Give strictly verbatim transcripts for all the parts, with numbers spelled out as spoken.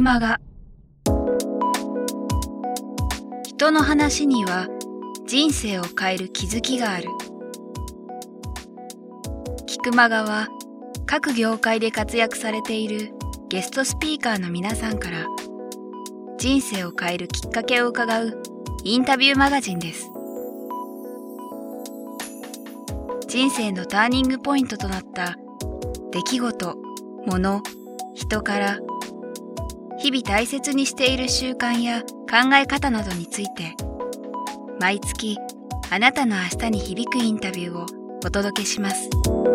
くまが。人の話には人生を変える気づきがある。キクマガは各業界で活躍されているゲストスピーカーの皆さんから人生を変えるきっかけを伺うインタビューマガジンです。人生のターニングポイントとなった出来事、物、人から日々大切にしている習慣や考え方などについて毎月あなたの明日に響くインタビューをお届けします。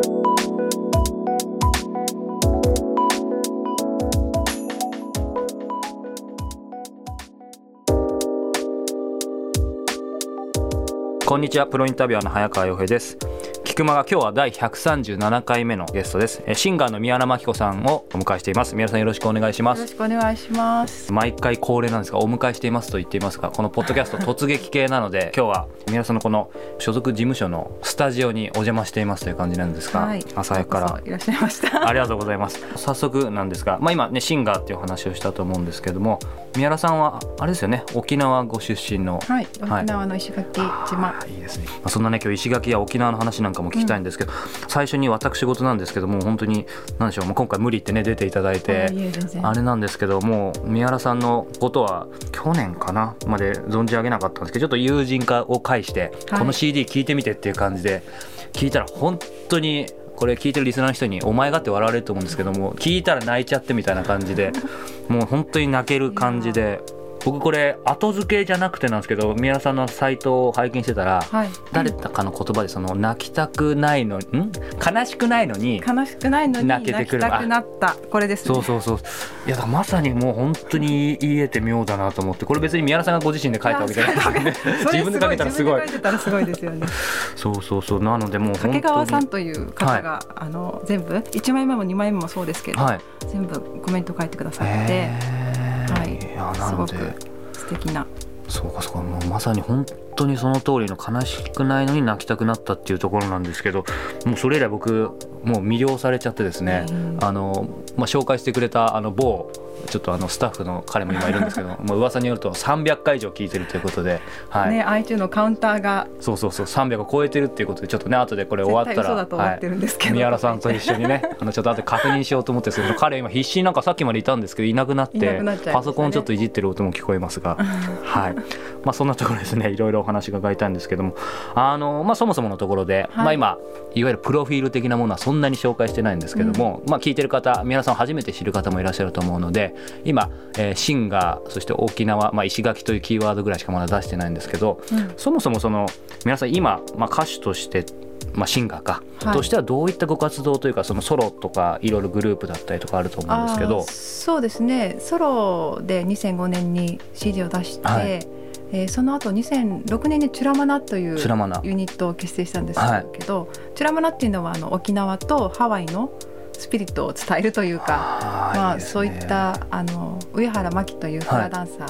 こんにちは、プロインタビュアーの早川洋平です。キクマが今日はだいひゃくさんじゅうななかいめのゲストです。シンガーの宮原真紀子さんをお迎えしています。宮原さん、よろしくお願いします。 よろしくお願いします。 毎回恒例なんですが、お迎えしていますと言っていますが、このポッドキャスト突撃系なので今日は宮原さんのこの所属事務所のスタジオにお邪魔していますという感じなんですが、はい、朝早くからいらっしゃいましたありがとうございます。早速なんですが、まあ、今ねシンガーっていう話をしたと思うんですけども、宮原さんはあれですよね、沖縄ご出身の、 はい、沖縄の石垣島、 はい、いいですね。まあ、そんなね今日石垣や沖縄の話なんかも聞きたいんですけど、うん、最初に私事なんですけども、本当に何でしょう、もう今回無理ってね出ていただいて、あれなんですけども、宮原さんのことは去年かなまで存じ上げなかったんですけど、ちょっと友人化を介して、はい、この シーディー 聞いてみてっていう感じで聞いたら、本当にこれ聞いてるリスナーの人にお前がって笑われると思うんですけども、聞いたら泣いちゃってみたいな感じでもう本当に泣ける感じで、僕これ後付けじゃなくてなんですけど、宮原さんのサイトを拝見してたら、はい、誰かの言葉でその泣きたくないのん悲しくないのに悲しくないのに泣けてくる、泣きたくなったこれですね。 そうそうそう、いやだからまさにもう本当に言えて妙だなと思って、これ別に宮原さんがご自身で書いたわけじゃないですね自分で書けたらすごい、 自分で書いてたらすごいですよねそうそうそう、なのでもう本当に掛川さんという方が、はい、あの全部いちまいめもにまいめもそうですけど、はい、全部コメント書いてくださって、はい、いやなのですごく素敵な、 そうかそうか、もうまさに本当にその通りの悲しくないのに泣きたくなったっていうところなんですけど、もうそれ以来僕もう魅了されちゃってですね、あの、まあ、紹介してくれたあの某ちょっとあのスタッフの彼も今いるんですけどもう噂によるとさんびゃっかい以上聞いてるということで、はいね、iTunes のカウンターがそうそうそうさんびゃくを超えてるっていうことで、ちょっとね後でこれ終わったら絶対嘘だと思ってるんですけど、 はい、宮原さんと一緒にねあのちょっと後で確認しようと思ってですけど彼今必死になんかさっきまでいたんですけどいなくなって、ね、パソコンちょっといじってる音も聞こえますがはい、まあ、そんなところですね、いろいろお話伺いたいんですけども、あの、まあ、そもそものところで、はい、まあ、今いわゆるプロフィール的なものはそんなに紹介してないんですけども、うん、まあ、聞いてる方、宮原さんを初めて知る方もいらっしゃると思うので、今、えー、シンガー、そして沖縄、まあ、石垣というキーワードぐらいしかまだ出してないんですけど、うん、そもそもその宮原さん今、まあ、歌手としてまあ、シンガーか、はい、としてはどういったご活動というか、そのソロとかいろいろグループだったりとかあると思うんですけど。 そうですね、ソロでにせんごねんに シーディー を出して、はい、えー、その後にせんろくねんにチュラマナというユニットを結成したんですけど、はい、チュラマナっていうのはあの沖縄とハワイのスピリットを伝えるというか、まあ、いいですね、そういったあの上原真紀というフラダンサー、はい、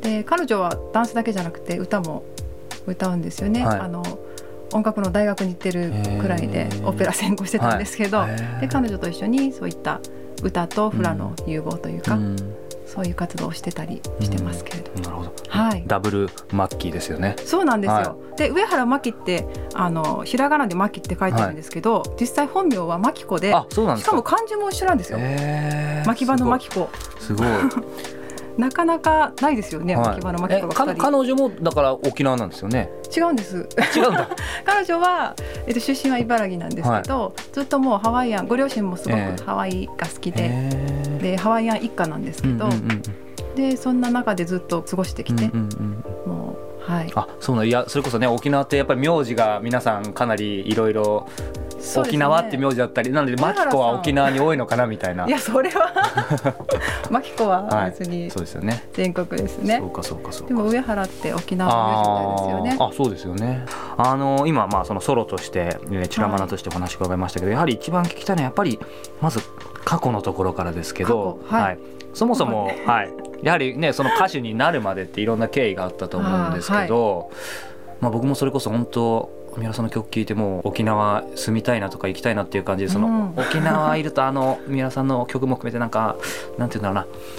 で彼女はダンスだけじゃなくて歌も歌うんですよね、はい、あの音楽の大学に行ってるくらいでオペラ専攻してたんですけど、はい、で彼女と一緒にそういった歌とフラの融合というか、うん、そういう活動をしてたりしてますけれども、うん、なるほど、 はい、ダブルマッキーですよね。 そうなんですよ、 はい、 で上原真紀ってあのひらがなで真紀って書いてるんですけど、はい、実際本名は真紀子で、 あ、そうなんですか。 しかも漢字も一緒なんですよ。真紀場の真紀子、 すごいなかなかないですよね、 はい、 真紀場の真紀子がふたり。 彼女もだから沖縄なんですよね。 違うんです。 違うんだ彼女は、えっと、出身は茨城なんですけど、はい、ずっともうハワイアン、ご両親もすごくハワイが好きで、えー、でハワイアン一家なんですけど、うんうんうん、でそんな中でずっと過ごしてきて、うんうんうん、もう、はい、 あ、そうなん、いや、それこそね、沖縄ってやっぱり名字が皆さんかなりいろいろ沖縄って名字だったりなので、真紀子は沖縄に多いのかなみたいな。 いや、それは真紀子は別に全国ですね、 はい、そうかそうかそうか。 でも上原って沖縄の名字みたいですよね。 ああ、そうですよね。あの今、まあ、そのソロとして、ね、チュラマナとしてお話伺いましたけど、はい、やはり一番聞きたいのはやっぱりまず過去のところからですけど、はいはい、そもそも、はい、やはりね、その歌手になるまでっていろんな経緯があったと思うんですけど、はい、まあ、僕もそれこそ本当三浦さんの曲聴いても沖縄住みたいなとか行きたいなっていう感じで、その、うん、沖縄いるとあの三浦さんの曲も含めてなんかなんていうんだろうな、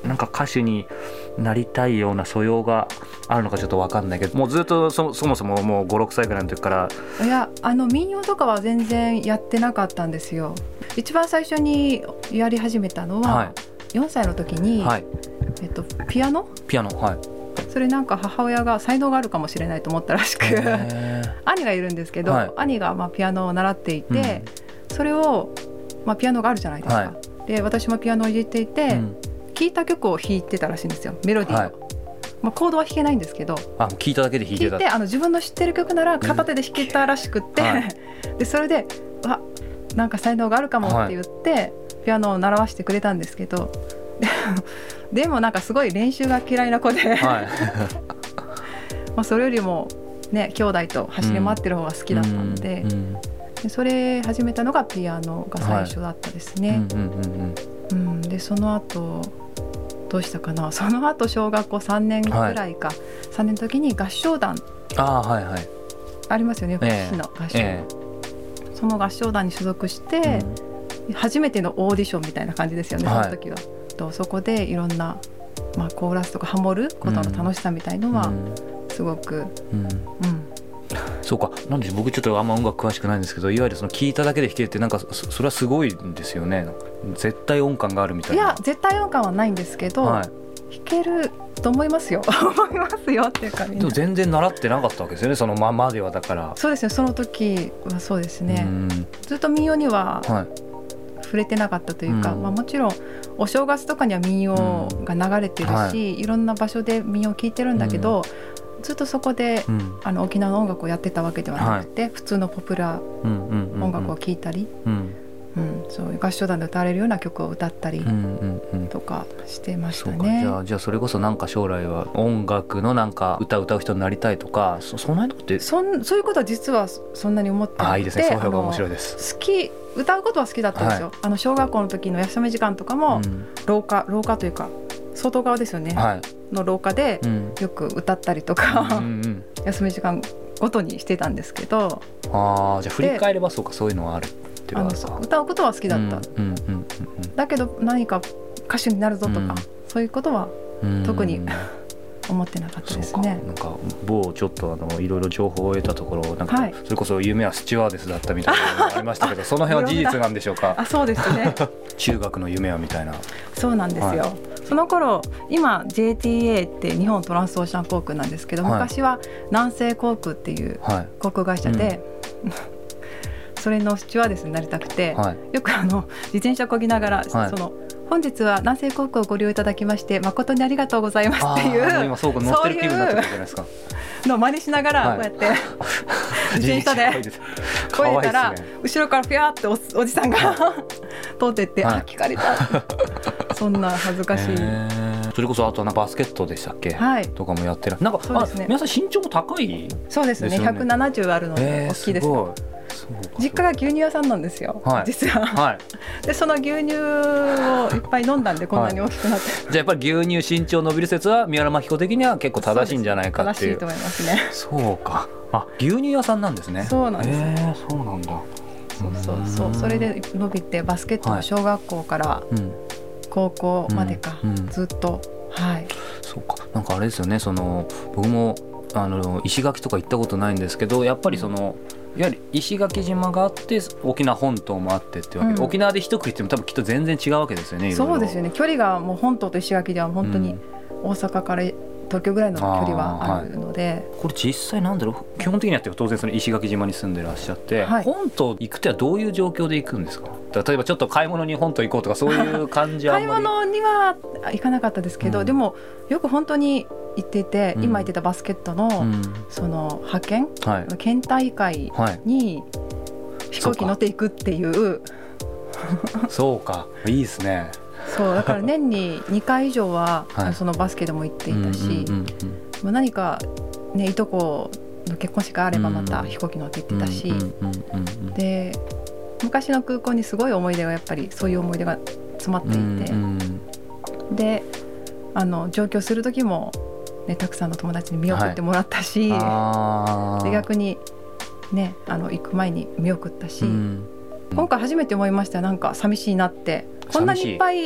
なんか歌手になりたいような素養があるのかちょっと分かんないけど、もうずっと そ, そもそももうごろくさいぐらいの時から。 いや、あの民謡とかは全然やってなかったんですよ。一番最初にやり始めたのは、はい、よんさいの時に、はい、えっと、ピアノピアノ、はい、 それなんか母親が才能があるかもしれないと思ったらしく兄がいるんですけど、はい、兄がまあピアノを習っていて、うん、それを、まあ、ピアノがあるじゃないですか、はい、で私もピアノをいじっていて、うん、聴いた曲を弾いてたらしいんですよ、メロディーを、はい、まあ、コードは弾けないんですけど、 あ、聴いただけで弾いてた、 聞いて、あの自分の知ってる曲なら片手で弾けたらしくって、はい、でそれであ、なんか才能があるかもって言って、はい、ピアノを習わせてくれたんですけど、でもなんかすごい練習が嫌いな子で、はい、まあそれよりもね、兄弟と走り回ってる方が好きだったので、うんうん、でそれ始めたのがピアノが最初だったですね、はい、うんうんうんうん、でその後どうしたかな、その後小学校さんねんぐらいか、はい、さんねんの時に合唱団あ、はいはい、 ありますよね、福祉の合唱団、えー、その合唱団に所属して、うん、初めてのオーディションみたいな感じですよね、その時は、はい、とそこでいろんな、まあ、コーラスとかハモることの楽しさみたいのはすごく、うんうんうん、 そうか、なんで僕ちょっとあんま音楽詳しくないんですけど、いわゆるその聞いただけで弾けるってなんか そ, それはすごいんですよね。絶対音感があるみたいな。 いや、絶対音感はないんですけど、はい、弾けると思いますよ思いますよっていうか、 でも全然習ってなかったわけですよね、そのままでは。だからそうですね、その時はそうですね、うん、ずっと民謡には、はい、触れてなかったというか、うん、まあ、もちろんお正月とかには民謡が流れてるし、うん、はい、いろんな場所で民謡を聴いてるんだけど、うん、ずっとそこで、うん、あの沖縄の音楽をやってたわけではなくて、はい、普通のポピュラー音楽を聴いたり、うんうんうん、そういう合唱団で歌われるような曲を歌ったりとかしてましたね、うんうんうん、 そうか、じゃあ、じゃあそれこそなんか将来は音楽のなんか歌を歌う人になりたいとか、 そ, そんなのってそんそういうことは実はそんなに思ってなくて、 あ、いいですね、そういうのが面白いです。 好き、歌うことは好きだったんですよ、はい、あの小学校の時の休み時間とかも、うん、廊下廊下というか外側ですよね、はい、の廊下でよく歌ったりとか、うんうん、休み時間ごとにしてたんですけど、 あ、じゃあ振り返ればそうか、そういうのはあるっていうのは、あの歌うことは好きだった、うんうんうんうん、だけど何か歌手になるぞとか、うん、そういうことは特に、うん、思ってなかったですね。 なんか某ちょっとあのいろいろ情報を得たところ、なんかそれこそ夢はスチュワーデスだったみたいなのがありましたけどその辺は事実なんでしょうか。 あ、そうですね中学の夢はみたいな。 そうなんですよ、はい、その頃今 ジェーティーエー って日本トランスオーシャン航空なんですけど、はい、昔は南西航空っていう航空会社で、はい、うんそれのスチュワーデスになりたくて、はい、よくあの自転車こぎながら、はい、その本日は南西航空をご利用いただきまして誠にありがとうございますっていう、 今そうか、乗ってる気分になっちゃったじゃないですかの真似しながらこうやって、はい、自転車でこいでたら、ね、後ろからピャーって お, おじさんが通ってって、はい、あ、聞かれたそんな恥ずかしい。 それこそあとはバスケットでしたっけ、はい、とかもやってる。なんか、そうですね、皆さん身長も高い？ そうですね、ひゃくななじゅうあるので大きいです。実家が牛乳屋さんなんですよ、はい、実は、はい、でその牛乳をいっぱい飲んだんでこんなに大きくなって、はい、 じゃあやっぱり牛乳身長伸びる説は宮原真紀子的には結構正しいんじゃないかっていう。 正しいと思いますね。 そうか、あ、牛乳屋さんなんですね。 そうなんです、 えー、そうなんだ。 そうそうそう、それで伸びてバスケットの小学校から高校までか、うんうん、ずっと、はい。 そうか、なんかあれですよね、その僕もあの石垣とか行ったことないんですけど、やっぱりその、いわゆる石垣島があって沖縄本島もあってってわけで、うん、沖縄で一区切っても多分きっと全然違うわけですよね。 そうですよね、距離がもう本島と石垣では本当に大阪から東京ぐらいの距離はあるので、 はい、これ実際なんだろう、基本的には当然その石垣島に住んでらっしゃって、はい、本島行くってはどういう状況で行くんですか。例えばちょっと買い物に本島行こうとかそういう感じはあんまり買い物には行かなかったですけど、うん、でもよく本当に行っていて、うん、今言ってたバスケットの、うん、その派遣、はい、県大会に飛行機乗っていくっていう、はい、 そうか、いいですね。 そうだから年ににかい以上は、はい、そのバスケでも行っていたし、うんうんうんうん、何か、ね、いとこの結婚式があればまた飛行機乗って行ってたし、で昔の空港にすごい思い出がやっぱりそういう思い出が詰まっていて、うんうん、であの上京する時も、ね、たくさんの友達に見送ってもらったし、はい、で逆に、ね、あの行く前に見送ったし、うん、今回初めて思いました。なんか寂しいなって、こんなにいっぱい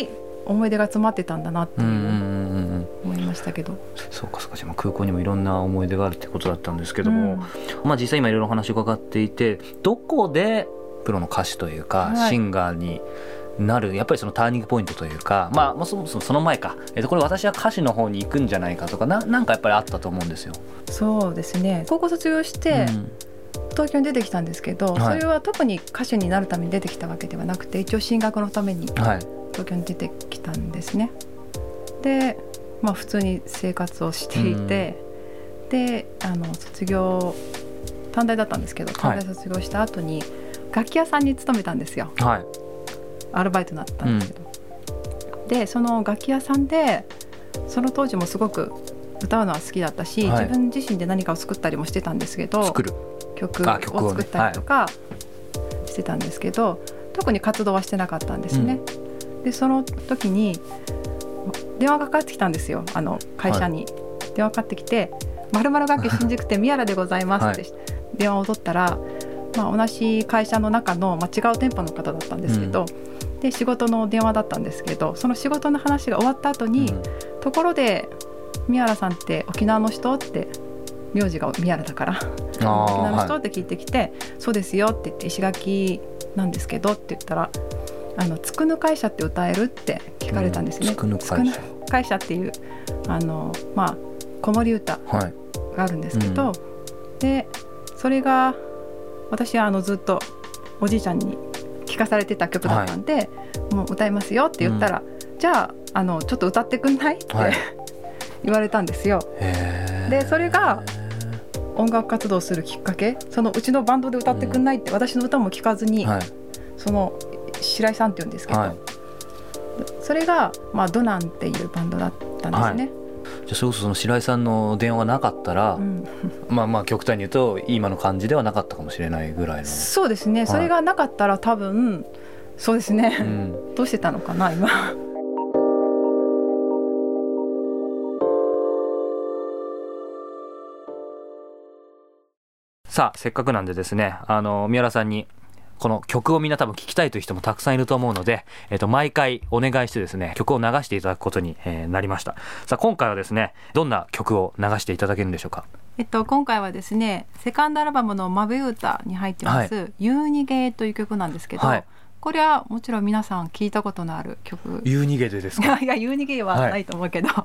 思い出が詰まってたんだなっていう思いましたけど。 そうかそうか。じゃあ空港にもいろんな思い出があるってことだったんですけども、うん、まあ実際今いろいろお話を伺っていて、どこでプロの歌手というか、はい、シンガーになるやっぱりそのターニングポイントというか、まあ、まあそもそもその前か、えっと、これ私は歌手の方に行くんじゃないかとか な, なんかやっぱりあったと思うんですよ。 そうですね、高校卒業して、うん、東京に出てきたんですけど、はい、それは特に歌手になるために出てきたわけではなくて、一応進学のために東京に出てきたんですね、はい、で、まあ、普通に生活をしていて、うん、であの卒業短大だったんですけど、短大卒業した後に楽器屋さんに勤めたんですよ、はい、アルバイトになったんですけど、うん、でその楽器屋さんでその当時もすごく歌うのは好きだったし、はい、自分自身で何かを作ったりもしてたんですけど、 作る曲を作ったりとかしてたんですけど、はい、特に活動はしてなかったんですね、うん、でその時に電話がかかってきたんですよ、あの会社に、はい、電話かかってきて、〇〇楽器新宿店宮原でございますって、はい、電話を取ったら、まあ、同じ会社の中の、まあ、違う店舗の方だったんですけど、うん、で仕事の電話だったんですけど、その仕事の話が終わった後に、うん、ところで宮原さんって沖縄の人って名字が宮原だから沖縄の人って聞いてきて、はい、そうですよって言って、石垣なんですけどって言ったら、あのつくぬ会社って歌えるって聞かれたんですね、うん、つくぬ会社、会社っていうあの、まあ、子守歌があるんですけど、はい、うん、でそれが私はあのずっとおじいちゃんに聞かされてた曲だったんで、はい、もう歌いますよって言ったら、うん、じゃあ、あのちょっと歌ってくんないって、はい、言われたんですよ。でそれが音楽活動するきっかけ、そのうちのバンドで歌ってくんないって、うん、私の歌も聴かずに、はい、その白井さんって言うんですけど、はい、それが、まあ、ドナンっていうバンドだったんですね、はい、 じゃあそれこそその白井さんの電話がなかったら、うん、まあまあ極端に言うと今の感じではなかったかもしれないぐらいの。 そうですね、はい、それがなかったら多分そうですね、うん、どうしてたのかな今さあせっかくなんでですね、あの宮原さんにこの曲をみんな多分聞きたいという人もたくさんいると思うので、えー、と毎回お願いしてですね曲を流していただくことに、えー、なりました。さあ今回はですねどんな曲を流していただけるんでしょうか。 えっと、今回はですねセカンドアルバムのまべ歌に入ってます、はい、ユーニゲという曲なんですけど、はい、これはもちろん皆さん聞いたことのある曲。 ユーニゲでですか。 いやユーニゲはないと思うけど、はい、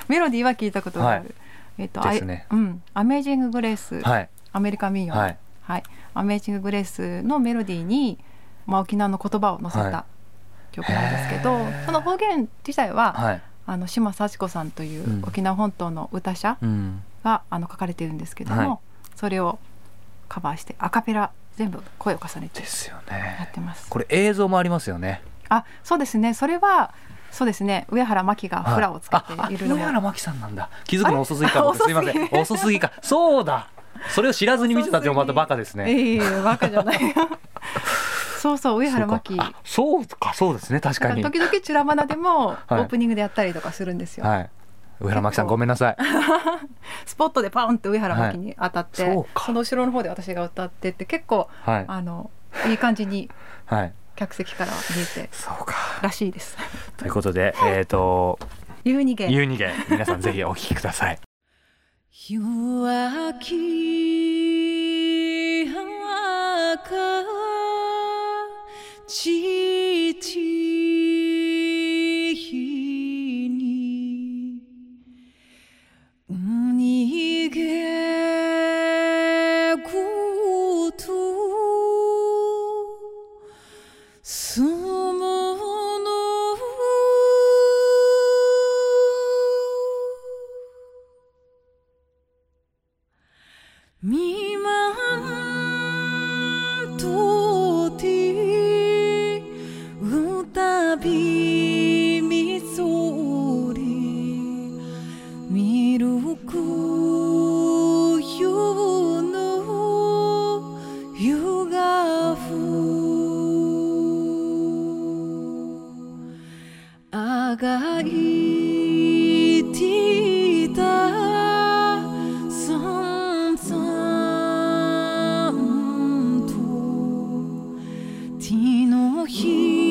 メロディーは聞いたことがある、はい、えっとですね、うん、アメージンググレース、はい、アメリカ民謡、はいはい、アメージンググレースのメロディーに、まあ、沖縄の言葉を載せた曲なんですけど、はい、その方言自体は、はい、あの島幸子さんという沖縄本島の歌者が、うん、あの書かれているんですけども、はい、それをカバーしてアカペラ全部声を重ねてやってます。ですよね。 これ映像もありますよね。 あ、そうですね。それはそうですね、上原真紀がフラをつけているのも、 はい、上原真紀さんなんだ。気づくの遅すぎかも。すいません、遅すぎか。そうだ、それを知らずに見てたってもまたバカですね。 いやいやバカじゃないそうそう、上原真紀。 そうか、そうですね、確かに。 時々チュラマナでもオープニングでやったりとかするんですよ、はい、 上原真紀さんごめんなさいスポットでパンって上原真紀に当たって、はい、そ, その後ろの方で私が歌ってって結構、はい、あのいい感じに客席から見えてらしいです、はい、 ということで、えーとユーニゲユーニゲ皆さんぜひお聴きください。 夜明け赤父日にうにげことすむのみまんとてうたびみそりみるくゆのゆがふあがいてたHe